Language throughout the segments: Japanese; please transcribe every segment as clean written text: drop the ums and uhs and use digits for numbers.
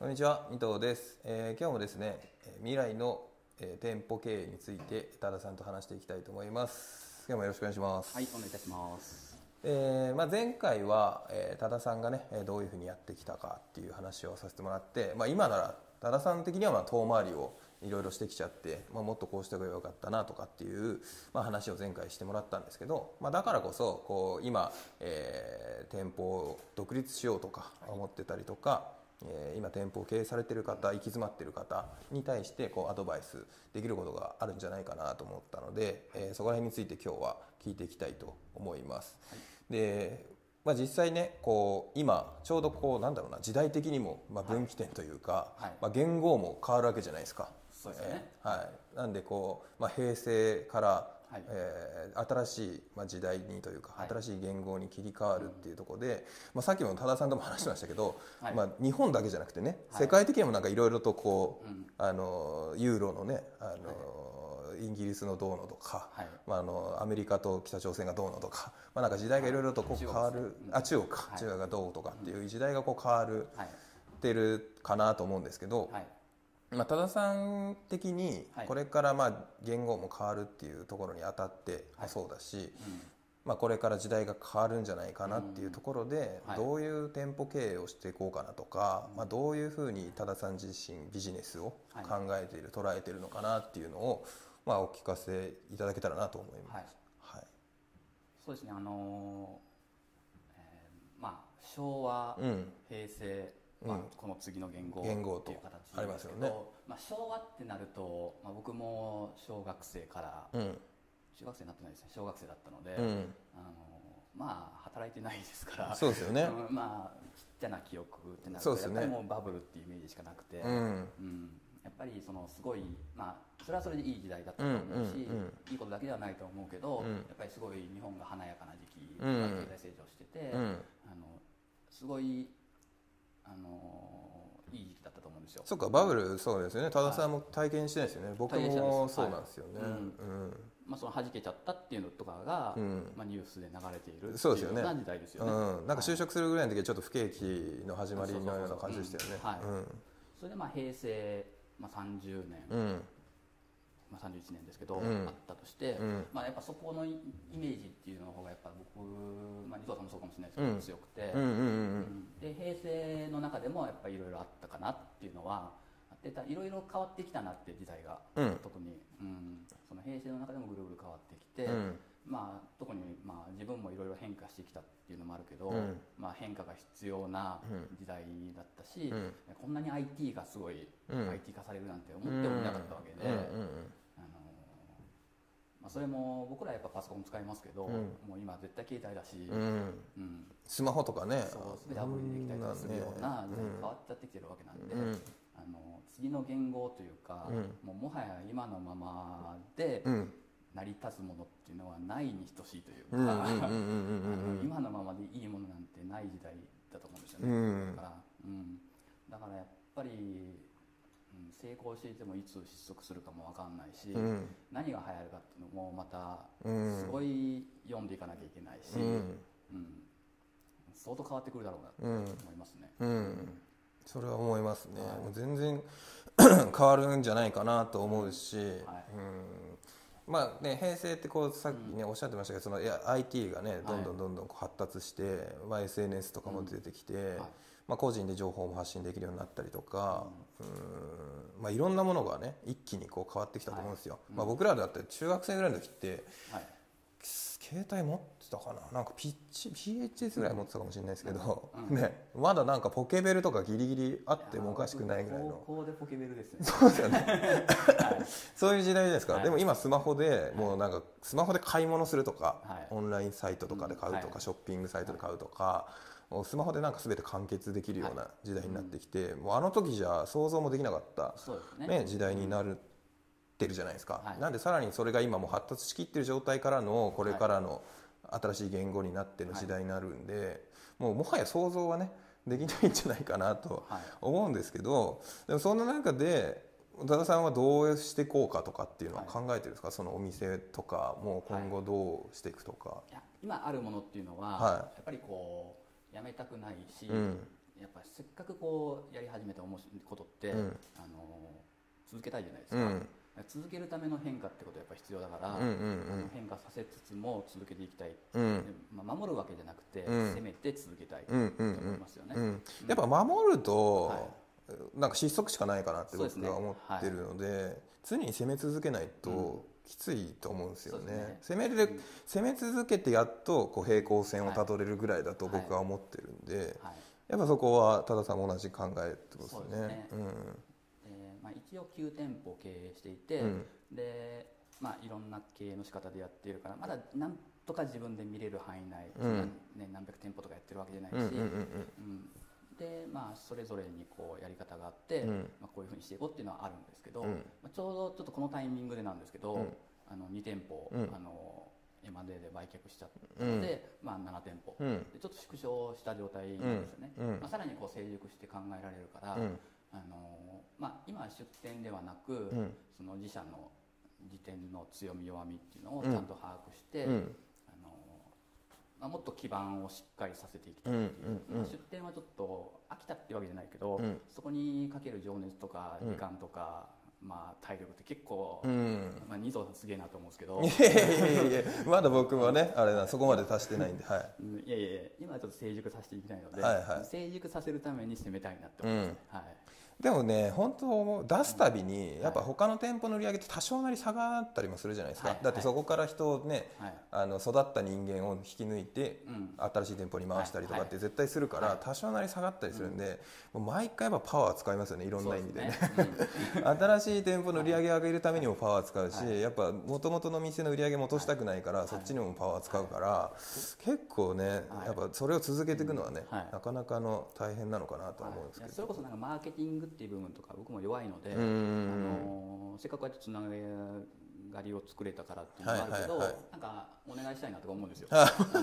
こんにちは、三藤です。今日もですね、未来の、店舗経営について多田さんと話していきたいと思います。今日もよろしくお願いします。 はい、お願いいたします。 前回は、多田さんがねどういうふうにやってきたかっていう話をさせてもらって、今なら多田さん的には遠回りをいろいろしてきちゃって、もっとこうしておけばよかったなとかっていう、話を前回してもらったんですけど、だからこそこう今、店舗を独立しようとか思ってたりとか、今店舗を経営されている方、行き詰まっている方に対してこうアドバイスできることがあるんじゃないかなと思ったので、そこら辺について今日は聞いていきたいと思います。で実際ねこう今ちょうどこうなんだろうな、時代的にも分岐点というか、元号も変わるわけじゃないですか。 そうですね。 なんでこう、平成から新しい時代にというか、新しい元号に切り替わるっていうところで、さっきも多田さんとも話しましたけど、日本だけじになくてね、世界的にもなんかいろいろとこう、ユーロのねイギリスのどうのとか、アメリカと北朝鮮がどうのとか、なんか時代がいろいろとこう変わる、中国がどうとかっていう時代がこう変わるってるかなと思うんですけど、多田さん的にこれから言語も変わるっていうところにあたってもそうだし、これから時代が変わるんじゃないかなっていうところで、どういう店舗経営をしていこうかなとか、どういうふうに多田さん自身ビジネスを考えている、捉えているのかなっていうのをお聞かせいただけたらなと思います。 そうですね。昭和、平成、この次の元号っていう形ありますよね。 昭和ってなると、僕も小学生から、中学生になってないですね、小学生だったので、働いてないですから、 そうですよね。 ちっちゃな記憶ってなると、やっぱりもうバブルっていうイメージしかなくて、やっぱりすごい、それはそれでいい時代だったと思うし、いいことだけではないと思うけど、やっぱりすごい日本が華やかな時期、経済成長してて、すごいいい時期だったと思うんですよ。 そうか、バブル、そうですよね。多田さんも体験してないですよね。僕もそうなんですよね。 その弾けちゃったっていうのとかが、ニュースで流れているってそうですよね。 いうような時代ですよね。 なんか就職するぐらいの時はちょっと不景気の始まりのような感じでしたよね。 それで平成、30年、31年ですけど、あったとして、やっぱそこのイメージっていうの方がやっぱ僕、二藤さんもそうかもしれないですけど、強くて、で平成の中でもやっぱりいろいろあったかなっていうのはあって、いろいろ変わってきたなって時代が、特に、その平成の中でもぐるぐる変わってきて、特に自分もいろいろ変化してきたっていうのもあるけど、変化が必要な時代だったし、こんなに IT がすごい、IT 化されるなんて思ってもいなかったわけで、それも僕らやっぱパソコン使いますけど、もう今絶対携帯だし、 スマホとかね、 全てアプリでできたりするような時代に変わっちゃってきてるわけなんで、次の言語というか、もはや今のままで成り立つものっていうのはないに等しいというか、今のままでいいものなんてない時代だと思うんですよね。だからやっぱり成功していてもいつ失速するかも分かんないし、何が流行るかっていうのもまたすごい読んでいかなきゃいけないし、相当変わってくるだろうなと思いますね。 それは思いますね。もう全然変わるんじゃないかなと思うし、平成ってこうさっきねおっしゃってましたけど、IT がねどんどん発達して、SNS とかも出てきて、個人で情報も発信できるようになったりとか、いろんなものがね一気にこう変わってきたと思うんですよ。僕らだって中学生ぐらいの時って、携帯持ってたかな、なんかPHS ぐらい持ってたかもしれないですけど、まだなんかポケベルとかギリギリあってもおかしくないぐらいの。 高校でポケベルですね。 そうですよね。そういう時代じゃないですか。でも今スマホでもうなんかスマホで買い物するとか、オンラインサイトとかで買うとか、ショッピングサイトで買うとか、もうスマホでなんか全て完結できるような時代になってきて、もうあの時じゃ想像もできなかった時代になるってるじゃないですか。なんでさらにそれが今もう発達しきってる状態からのこれからの新しい言語になっての時代になるんで、もはや想像はねできないんじゃないかなと思うんですけど、でもそんな中で多田さんはどうしていこうかとかっていうのは考えてるんですか。そのお店とかもう今後どうしていくとか。 今あるものっていうのは、やっぱりこうやめたくないし、やっぱせっかくこうやり始めて面ことって、続けたいじゃないですか、続けるための変化ってことはやっぱり必要だから、変化させつつも続けていきたい、守るわけじゃなくて、攻めて続けたいと思いますよね。 やっぱ守ると、なんか失速しかないかなって僕は思ってるので、常に攻め続けないときついと思うんですよね。攻め続けてやっとこう平行線をたどれるぐらいだと僕は思ってるんで、やっぱそこは多田さんも同じ考えってことですね。 一応9店舗経営していて、でいろんな経営の仕方でやっているから、まだなんとか自分で見れる範囲内、何百店舗とかやってるわけじゃないし、でそれぞれにこうやり方があって、こういうふうにしていこうっていうのはあるんですけど、ちょうどちょっとこのタイミングでなんですけど、2店舗、M&A で売却しちゃったので、7店舗、でちょっと縮小した状態なんですよね。さらにこう成熟して考えられるから、今出店ではなく、その自社の時点の強み弱みっていうのをちゃんと把握して、もっと基盤をしっかりさせていきたいっていう、出店はちょっと飽きたっていうわけじゃないけど、そこにかける情熱とか時間とか、体力って結構、二蔵さんすげえなと思うんですけど、 いやまだ僕はねそこまで達してないんで、 いや今はちょっと成熟させていきたいので、成熟させるために攻めたいなって思いますね。 でもね、本当出すたびにやっぱ他の店舗の売り上げって多少なり差があったりもするじゃないですか。だってそこから人をね、育った人間を引き抜いて新しい店舗に回したりとかって絶対するから、多少なり下がったりするんで、もう毎回やっぱパワー使いますよね、いろんな意味でね。新しい店舗の売り上げを上げるためにもパワー使うし、やっぱ元々の店の売り上げも落としたくないから、そっちにもパワー使うから、結構ね、やっぱそれを続けていくのはね、なかなかの大変なのかなと思うんですけど。 それこそなんかマーケティングっていう部分とか僕も弱いので、せっかくこうやってつながりを作れたからっていうのもあるけど、なんかお願いしたいなとか思うんですよ。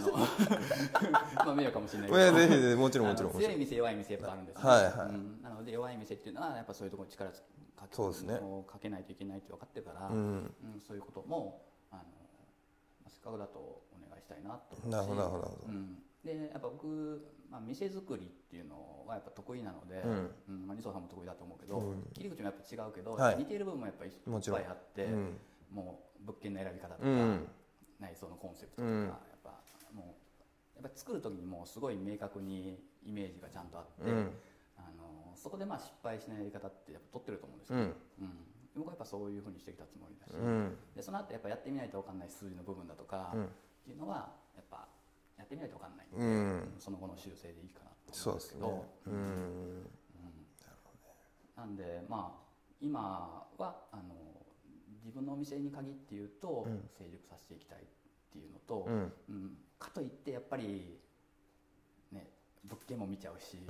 迷惑かもしれないけど、 ぜひもちろん強い店弱い店やっぱあるんですね。なので弱い店っていうのはやっぱそういうところに力をかけないといけないって分かってるから、そういうこともせっかくだとお願いしたいなと思うし。 なるほど。 でやっぱ僕、店作りっていうのはやっぱ得意なので、二蔵さんも得意だと思うけど、切り口もやっぱ違うけど、似ている部分もやっぱりいっぱいあって、もう物件の選び方とか、内装のコンセプトとか、やっぱ作る時にもうすごい明確にイメージがちゃんとあって、そこで失敗しないやり方ってやっぱ取ってると思うんですよ。僕はやっぱそういうふうにしてきたつもりだし、でその後やっぱやってみないと分かんない数字の部分だとかっていうのはやっぱやってみないと分かんないんで、その後の修正でいいかなと思うんですけど、なんで今は自分のお店に限って言うと、成熟させていきたいっていうのと、かといってやっぱりね物件も見ちゃうし、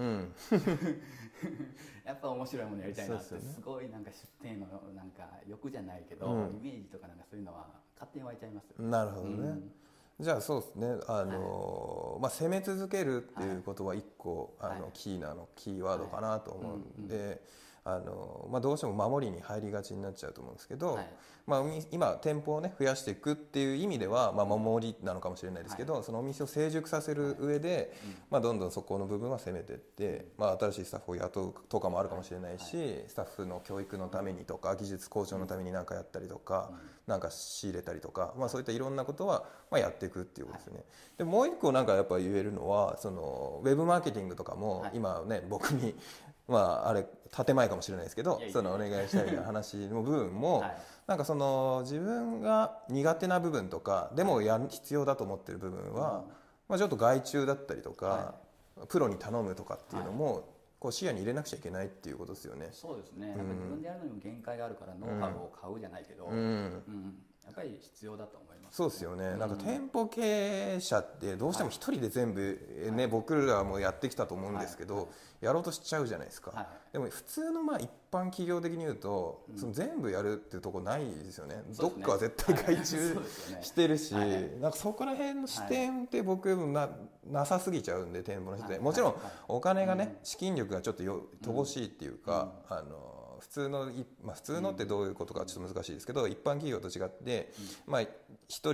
やっぱ面白いものやりたいなって、すごいなんか出店へのなんか欲じゃないけど、イメージとかなんかそういうのは勝手に湧いちゃいますよね。 なるほどね。じゃあそうですね、攻め続けるっていうことは一個キーワードかなと思うんで、どうしても守りに入りがちになっちゃうと思うんですけど、今店舗をね増やしていくっていう意味では、守りなのかもしれないですけど、そのお店を成熟させる上で、どんどんそこの部分は攻めていって、新しいスタッフを雇うとかもあるかもしれないし、スタッフの教育のためにとか技術向上のために何かやったりとか、なんか仕入れたりとか、そういったいろんなことはやっていくっていうことですね。でもう一個なんかやっぱ言えるのは、そのウェブマーケティングとかも今ね僕にあれ建前かもしれないですけど、そのお願いしたい話の部分も、なんかその自分が苦手な部分とかでも必要だと思ってる部分は、ちょっと外注だったりとか、プロに頼むとかっていうのもこう視野に入れなくちゃいけないっていうことですよね。 そうですね。自分でやるのにも限界があるからノウハウを買うじゃないけど、やっぱり必要だと思います。 そうですよね。なんか店舗経営者ってどうしても一人で全部ね、僕らもやってきたと思うんですけど、やろうとしちゃうじゃないですか。でも普通の一般企業的に言うと、その全部やるっていうところないですよね。どっかは絶対外注してるし、なんかそこら辺の視点って僕なさすぎちゃうんで、店舗の人でもちろんお金がね、資金力がちょっと乏しいっていうか、普通のってどういうことかちょっと難しいですけど、一般企業と違って一人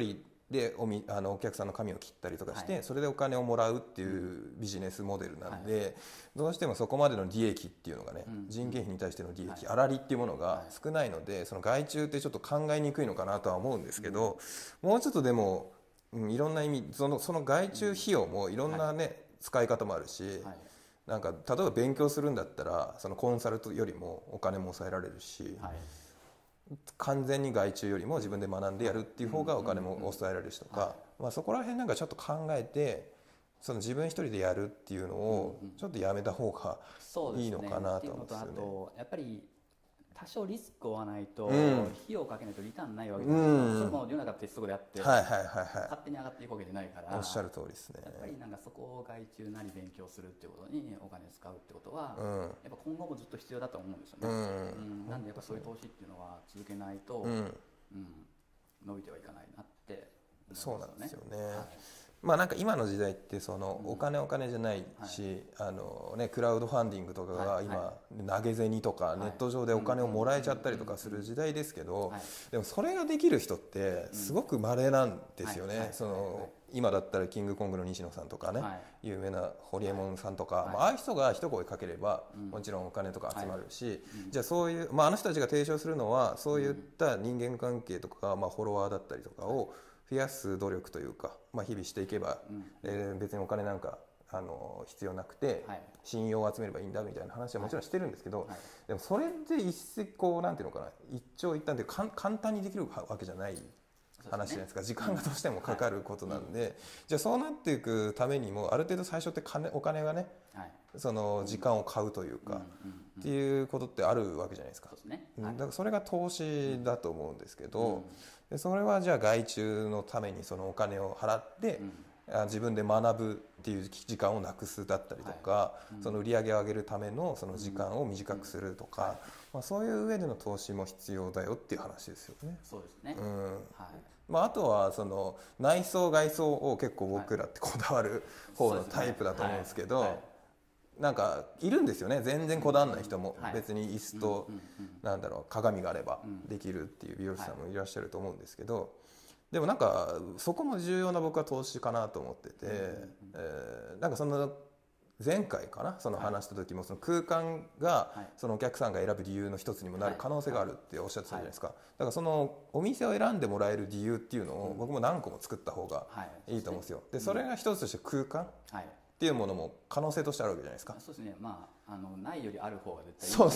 でお客さんの髪を切ったりとかして、それでお金をもらうっていうビジネスモデルなんで、どうしてもそこまでの利益っていうのがね、人件費に対しての利益、粗利っていうものが少ないので、その外注ってちょっと考えにくいのかなとは思うんですけど、もうちょっとでも、いろんな意味その外注費用もいろんなね、使い方もあるし、なんか例えば勉強するんだったらそのコンサルトよりもお金も抑えられるし、完全に外注よりも自分で学んでやるっていう方がお金も抑えられるしとか、そこら辺なんかちょっと考えて、その自分一人でやるっていうのをちょっとやめた方がいいのかなと思うんですよね。 あとやっぱり多少リスクを負わないと、費用をかけないとリターンないわけじゃないですか。それも世の中鉄則であって、勝手に上がっていくわけじゃないから。 おっしゃる通りですね。 やっぱりなんかそこを外注なり勉強するっていうことにお金を使うってことは、やっぱ今後もずっと必要だと思うんですよね。なんでやっぱそういう投資っていうのは続けないと、伸びてはいかないなって思いますよね。 そうなんですよね。まあなんか今の時代ってそのお金じゃないし、クラウドファンディングとかが今投げ銭とかネット上でお金をもらえちゃったりとかする時代ですけど、でもそれができる人ってすごく稀なんですよね。その今だったらキングコングの西野さんとかね、有名なホリエモンさんとか、ああいう人が一声かければもちろんお金とか集まるし、じゃあそういう、あの人たちが提唱するのはそういった人間関係とか、フォロワーだったりとかを増やす努力というか、日々していけば、別にお金なんか必要なくて、信用を集めればいいんだみたいな話はもちろんしてるんですけど、でもそれで一石こうなんていうのかな、一長一短で簡単にできるわけじゃない話じゃないですか。時間がどうしてもかかることなんで、じゃあそうなっていくためにもある程度最初ってお金がね、その時間を買うというか、っていうことってあるわけじゃないですか。だからそれが投資だと思うんですけど、それはじゃあ外注のためにそのお金を払って、自分で学ぶっていう時間をなくすだったりとか、その売り上げを上げるためのその時間を短くするとか、そういう上での投資も必要だよっていう話ですよね。 そうですね。 あとはその内装外装を結構僕らってこだわる方のタイプだと思うんですけど、なんかいるんですよね、全然こだわらない人も。別に椅子となんだろう、鏡があればできるっていう美容師さんもいらっしゃると思うんですけど、でもなんかそこも重要な僕は投資かなと思ってて、なんかその前回かな、その話した時もその空間がそのお客さんが選ぶ理由の一つにもなる可能性があるっておっしゃってたじゃないですか。だからそのお店を選んでもらえる理由っていうのを僕も何個も作った方がいいと思うんですよ。でそれが一つとして空間っていうものも可能性としてあるわけじゃないですか。 そうですね。ないよりある方が絶対いい。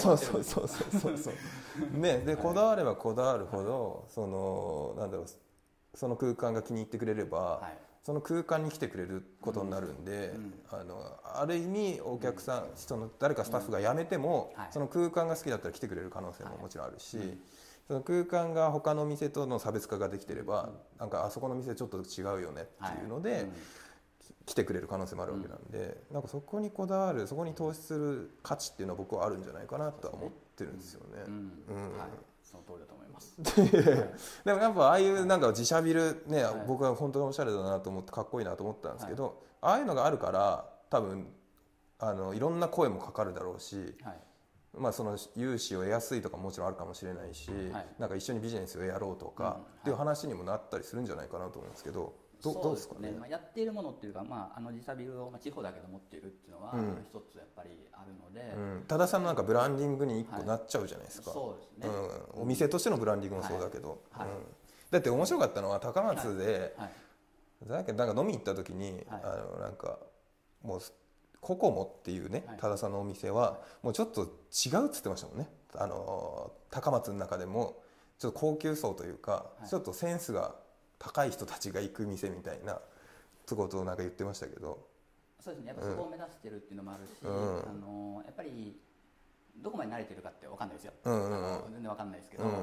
そうね。でこだわればこだわるほど、そのなんだろう、その空間が気に入ってくれれば、その空間に来てくれることになるんで、ある意味お客さん、その誰かスタッフが辞めても、その空間が好きだったら来てくれる可能性ももちろんあるし、その空間が他の店との差別化ができてれば、なんかあそこの店ちょっと違うよねっていうので、来てくれる可能性もあるわけなんで、なんかそこにこだわる、そこに投資する価値っていうのは僕はあるんじゃないかなとは思ってるんですよね。 その通りだと思います。 でもやっぱああいうなんか自社ビルね、僕は本当におしゃれだなと思ってかっこいいなと思ったんですけど、ああいうのがあるから多分いろんな声もかかるだろうし、その融資を得やすいとかももちろんあるかもしれないし、なんか一緒にビジネスをやろうとかっていう話にもなったりするんじゃないかなと思うんですけど。どうですかね。 やっているものっていうか、自社ビルを地方だけで持っているっていうのは一つやっぱりあるので、 多田さんのなんかブランディングに一個なっちゃうじゃないですか。 そうですね。 お店としてのブランディングもそうだけど、だって面白かったのは高松で、なんか飲みに行った時に、なんかもうココモっていうね、多田さんのお店はもうちょっと違うっつってましたもんね。高松の中でもちょっと高級層というか、ちょっとセンスが高い人たちが行く店みたいなことをなんか言ってましたけど。 そうですね。やっぱそこを目指してるっていうのもあるし、やっぱりどこまで慣れてるかって分かんないですよ。全然分かんないですけど、や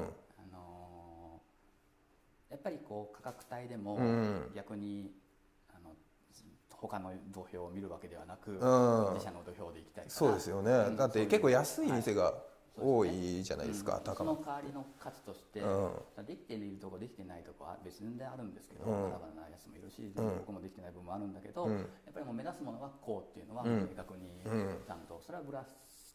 っぱりこう価格帯でも逆に他の土俵を見るわけではなく、自社の土俵で行きたいから。 そうですよね。だって結構安い店が多いじゃないですか。 その代わりの価値として、できているとこできてないとこは別にあるんですけど、バラバラなやつもいるし、僕もできてない部分もあるんだけど、やっぱりもう目指すものはこうっていうのは明確にちゃんと、それはブラス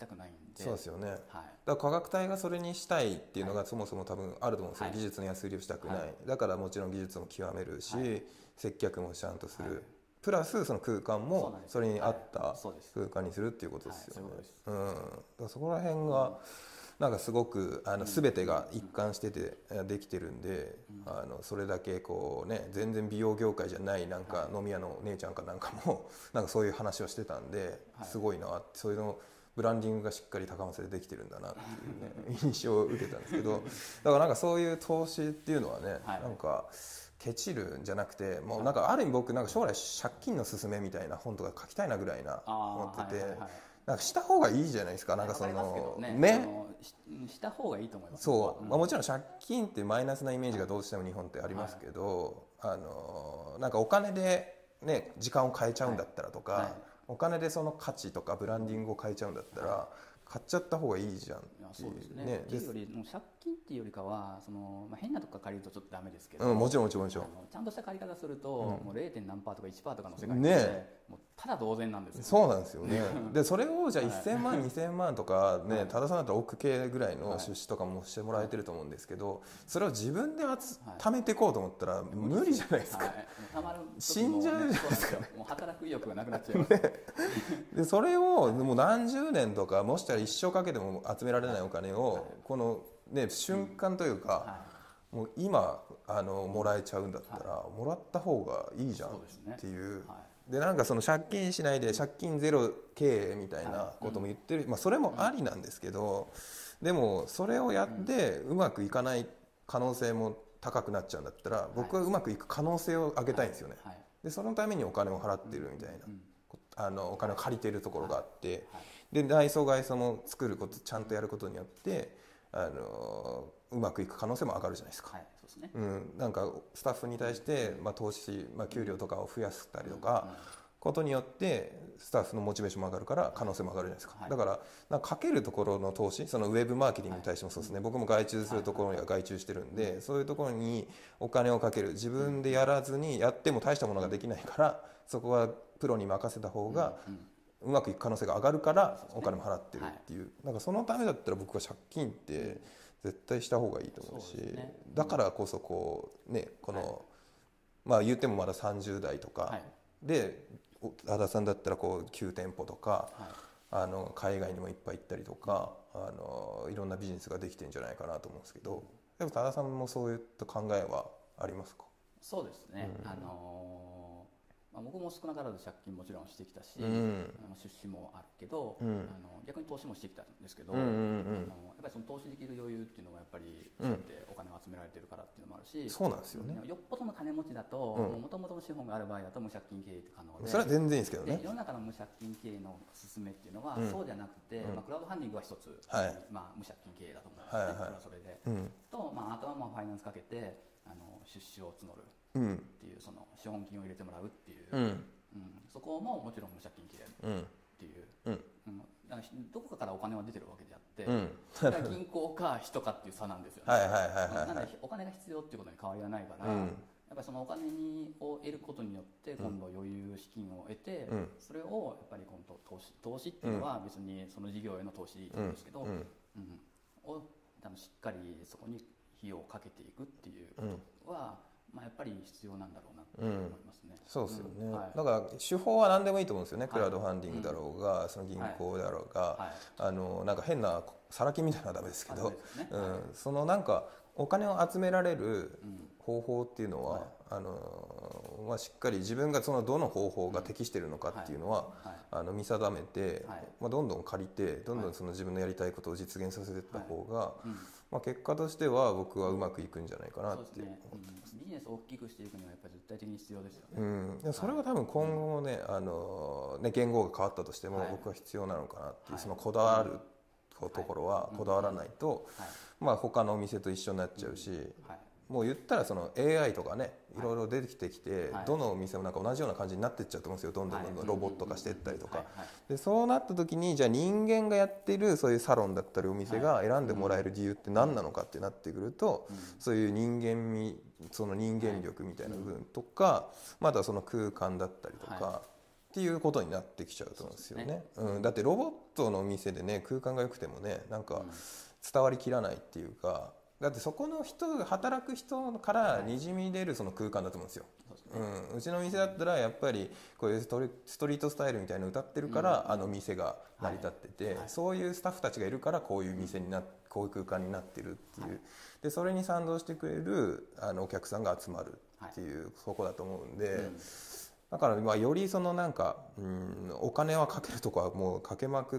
たくないんで。 そうですよね、 はい、だから価格帯がそれにしたいっていうのがそもそも多分あると思うんですよ、技術の安売りをしたくない、だからもちろん技術も極めるし、接客もちゃんとする、プラスその空間もそれに合った空間にするっていうことですよね。だからそこら辺がなんかすごく全てが一貫しててできてるんで、それだけこうね、全然美容業界じゃないなんか飲み屋の姉ちゃんかなんかもなんかそういう話をしてたんで、すごいなって、そういうのブランディングがしっかり高松でできてるんだなっていうね印象を受けたんですけど、だからなんかそういう投資っていうのはね、なんかケチるんじゃなくて、もうなんかある意味僕なんか将来借金のすすめみたいな本とか書きたいなぐらいな思ってて、なんかした方がいいじゃないですか。なんかそのね、 した方がいいと思います。 そう、もちろん借金ってマイナスなイメージがどうしても日本ってありますけど、なんかお金でね時間を変えちゃうんだったらとか、お金でその価値とかブランディングを変えちゃうんだったら買っちゃった方がいいじゃんっていうね。 っていうよりもう借金っていうよりかは変なとこから借りるとちょっとダメですけど、 もちろんちゃんとした借り方すると、もう 0. 何パーとか 1% とかの世界で、もうただ同然なんですよ。 そうなんですよね。でそれをじゃあ1000万2000万とかね、多田さんだったら億系ぐらいの出資とかもしてもらえてると思うんですけど、それを自分で貯めていこうと思ったら無理じゃないですか。死んじゃうじゃないですかね。 もう働く意欲がなくなっちゃいます。 でそれをもう何十年とかもしたら一生かけても集められないお金をこのね瞬間というか、もう今もらえちゃうんだったらもらった方がいいじゃんっていう。でなんかその借金しないで借金ゼロ経営みたいなことも言ってる、それもありなんですけど、でもそれをやってうまくいかない可能性も高くなっちゃうんだったら、僕はうまくいく可能性を上げたいんですよね。でそのためにお金を払ってるみたいな、お金を借りてるところがあって、で内装外装も作ることちゃんとやることによってうまくいく可能性も上がるじゃないですか。なんかスタッフに対して、投資、給料とかを増やしたりとか、ことによってスタッフのモチベーションも上がるから可能性も上がるじゃないですか。だからなんかかけるところの投資、そのウェブマーケティングに対してもそうですね。僕も外注するところには外注してるんで、そういうところにお金をかける、自分でやらずにやっても大したものができないから、そこはプロに任せた方がうまくいく可能性が上がるからお金も払ってるっていう、なんかそのためだったら僕は借金って絶対した方がいいと思うし、だからこそこうね、この言ってもまだ30代とかで、和田さんだったらこう9店舗とか海外にもいっぱい行ったりとかいろんなビジネスができてるんじゃないかなと思うんですけど、でも和田さんもそういった考えはありますか？ そうですね、僕も少なからず借金もちろんしてきたし、出資もあるけど、逆に投資もしてきたんですけど、やっぱりその投資できる余裕っていうのがやっぱりそうやってお金を集められてるからっていうのもあるし、 そうなんですよね。 よっぽどの金持ちだと、もともとの資本がある場合だと無借金経営って可能で、 それは全然いいですけどね。 世の中の無借金経営の勧めっていうのは、そうじゃなくて、クラウドファンディングは一つ、無借金経営だと思うんですね。それはそれで、と、あとはファイナンスかけて出資を募るっていう、その資本金を入れてもらうっていう、そこももちろん無借金経営っていう、だからどこかからお金は出てるわけであって、それは銀行か人かっていう差なんですよね。なのでお金が必要っていうことに変わりはないから、やっぱりそのお金を得ることによって今度余裕資金を得て、それをやっぱり今度投資っていうのは別にその事業への投資でいいと思うんですけど、をしっかりそこに費用をかけていくっていうことは、やっぱり必要なんだろうなと思いますね。 そうですよね。だから手法は何でもいいと思うんですよね。クラウドファンディングだろうが、その銀行だろうが、なんか変なさら金みたいなのはダメですけど、そのなんかお金を集められる方法っていうのは、しっかり自分がそのどの方法が適しているのかっていうのは見定めて、どんどん借りてどんどんその自分のやりたいことを実現させていった方が、結果としては僕はうまくいくんじゃないかなって。 ビジネスを大きくしていくにはやっぱり絶対的に必要ですよね。 それは多分今後もね、言語が変わったとしても僕は必要なのかなっていう、そのこだわるところはこだわらないと、他のお店と一緒になっちゃうし、もう言ったらその AI とかね、いろいろ出てきて、どのお店もなんか同じような感じになっていっちゃうと思うんですよ。どんどんロボット化していったりとか、でそうなった時にじゃあ人間がやってるそういうサロンだったりお店が選んでもらえる理由って何なのかってなってくると、そういうその人間力みたいな部分とか、またその空間だったりとか、 っていうことになってきちゃうと思うんですよね。だってロボットの店でね空間が良くてもねなんか伝わりきらないっていうか、だってそこの人働く人からにじみ出るその空間だと思うんですよ。うちの店だったらやっぱりこういうストリートスタイルみたいなの歌ってるからあの店が成り立ってて、そういうスタッフたちがいるからこういう店にこういう空間になってるっていう、でそれに賛同してくれるお客さんが集まるっていうそこだと思うんで、だからまあよりそのなんか、お金はかけるとこはもうかけまくって、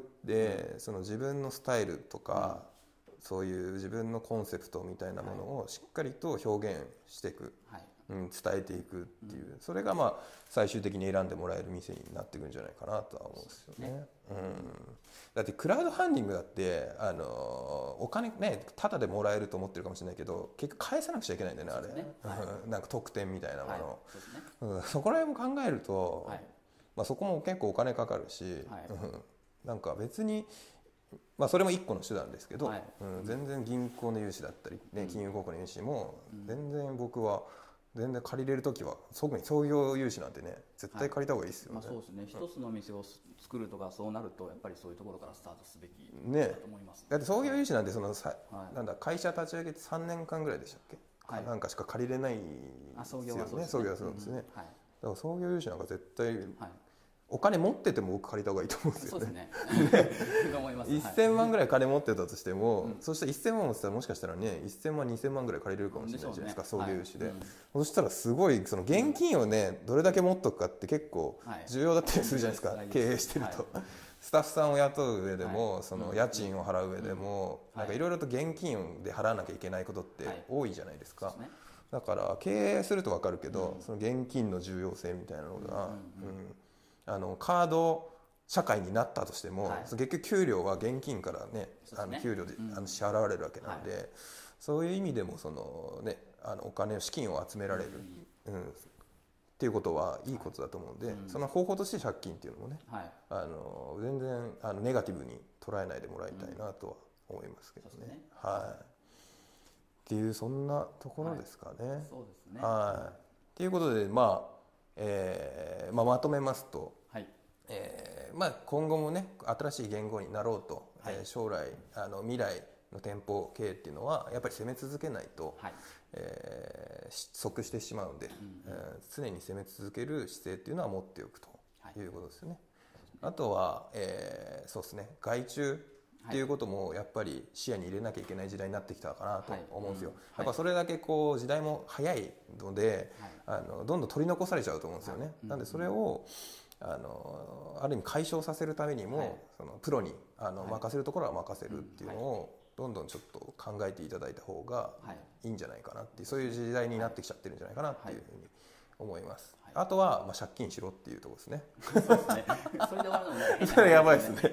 その自分のスタイルとか、そういう自分のコンセプトみたいなものをしっかりと表現していく、伝えていくっていう、それがまあ最終的に選んでもらえる店になっていくんじゃないかなとは思うんですよね。だってクラウドファンディングだってお金ねタダでもらえると思ってるかもしれないけど結局返さなくちゃいけないんだよねあれ、なんか特典みたいなもの、そこら辺も考えると、まあ、そこも結構お金かかるし、なんか別にまあそれも一個の手段ですけど、全然銀行の融資だったり、ね、金融公庫の融資も全然僕は全然借りれるときは特に創業融資なんてね絶対借りた方がいいですよね。 そうですね、一つの店を作るとかそうなるとやっぱりそういうところからスタートすべきだと思います、 だって創業融資なんてなんだ会社立ち上げて3年間ぐらいでしたっけ、なんかしか借りれないんですよね。創業はそうですね、だから創業融資なんか絶対、お金持ってても僕借りた方がいいと思うんですよね。1000万ぐらい金持ってたとしても、そしたら1000万持ってたらもしかしたらね1000万2000万ぐらい借りれるかもしれないじゃないですか、創業融資で、そしたらすごいその現金をねどれだけ持っとくかって結構重要だったりするじゃないですか、経営してると、スタッフさんを雇う上でも、その家賃を払う上でもなんかいろいろと現金で払わなきゃいけないことって多いじゃないですか。だから経営すると分かるけど、その現金の重要性みたいなのが、カード社会になったとしても、結局給料は現金からね給料で支払われるわけなんで、そういう意味でもそのねお金資金を集められる、っていうことはいいことだと思うんで、その方法として借金っていうのもね、全然ネガティブに捉えないでもらいたいなとは思いますけどね。っていうそんなところですかね。 そうですね。 っていうことでまとめますと、今後もね新しい言語になろうと、将来未来の店舗経営っていうのはやっぱり攻め続けないと、失速してしまうので、常に攻め続ける姿勢っていうのは持っておくということですよね。あとは、そうですね、外注っていうこともやっぱり視野に入れなきゃいけない時代になってきたかなと思うんですよ。やっぱそれだけこう時代も早いので、どんどん取り残されちゃうと思うんですよね。なんでそれをある意味解消させるためにも、そのプロに任せるところは任せるっていうのをどんどんちょっと考えていただいた方がいいんじゃないかなっていう、そういう時代になってきちゃってるんじゃないかなっていうふうに思います。あとは借金しろっていうところですね。 そうですね。それで終わるのね。 それやばいですね。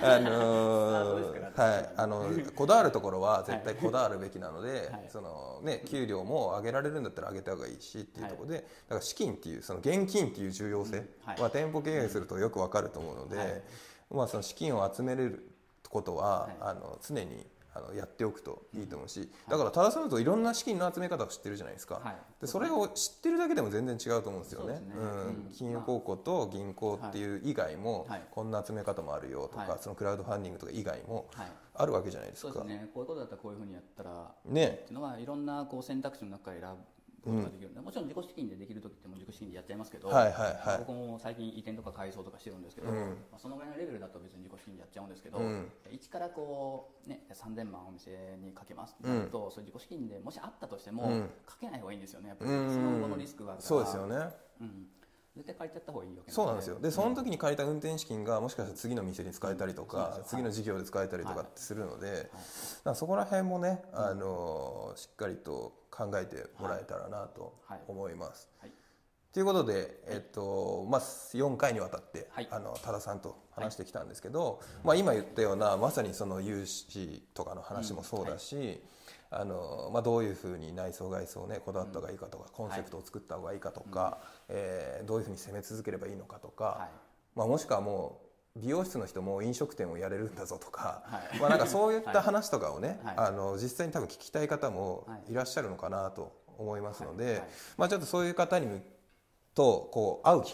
こだわるところは絶対こだわるべきなので、そのね給料も上げられるんだったら上げた方がいいしっていうところで、だから資金っていうその現金っていう重要性は店舗経営するとよくわかると思うので、その資金を集めれることは常にやっておくといいと思うし、だから多田さんといろんな資金の集め方を知ってるじゃないですか、でそれを知ってるだけでも全然違うと思うんですよね。金融公庫と銀行っていう以外もこんな集め方もあるよとか、そのクラウドファンディングとか以外もあるわけじゃないですか。 そうですね、こういうことだったらこういうふうにやったらねっていうのはいろんなこう選択肢の中から選ぶことができる、もちろん自己資金でできる時っても自己資金でやっちゃいますけど、僕も最近移転とか改装とかしてるんですけど、そのぐらいのレベルだと別に自己資金でやっちゃうんですけど、一からこうね3000万お店にかけますってなると、そういう自己資金でもしあったとしても、かけない方がいいんですよね。やっぱりその後のリスクがあるから。 そうですよね。 絶対借りちゃった方がいいわけそうなんですよ。でその時に借りた運転資金がもしかしたら次の店に使えたりとか、次の事業で使えたりとかってするので、だからそこら辺もねしっかりと考えてもらえたらなと思います。ということで、4回にわたって多田さんと話してきたんですけど、今言ったようなまさにその融資とかの話もそうだし、どういうふうに内装外装ねこだわった方がいいかとか、コンセプトを作った方がいいかとか、どういうふうに攻め続ければいいのかとか、もしくはもう美容室の人も飲食店をやれるんだぞとか、なんかそういった話とかをね、実際に多分聞きたい方もいらっしゃるのかなと思いますので、ちょっとそういう方にとこう会う機会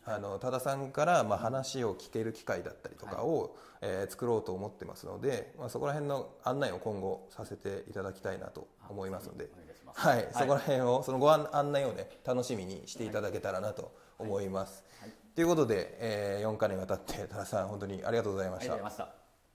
多田さんから話を聞ける機会だったりとかを、作ろうと思ってますので、そこら辺の案内を今後させていただきたいなと思いますので、はい、そこら辺をそのご案内をね楽しみにしていただけたらなと思います。ということで、4回にわたって多田さん本当にありがとうございました。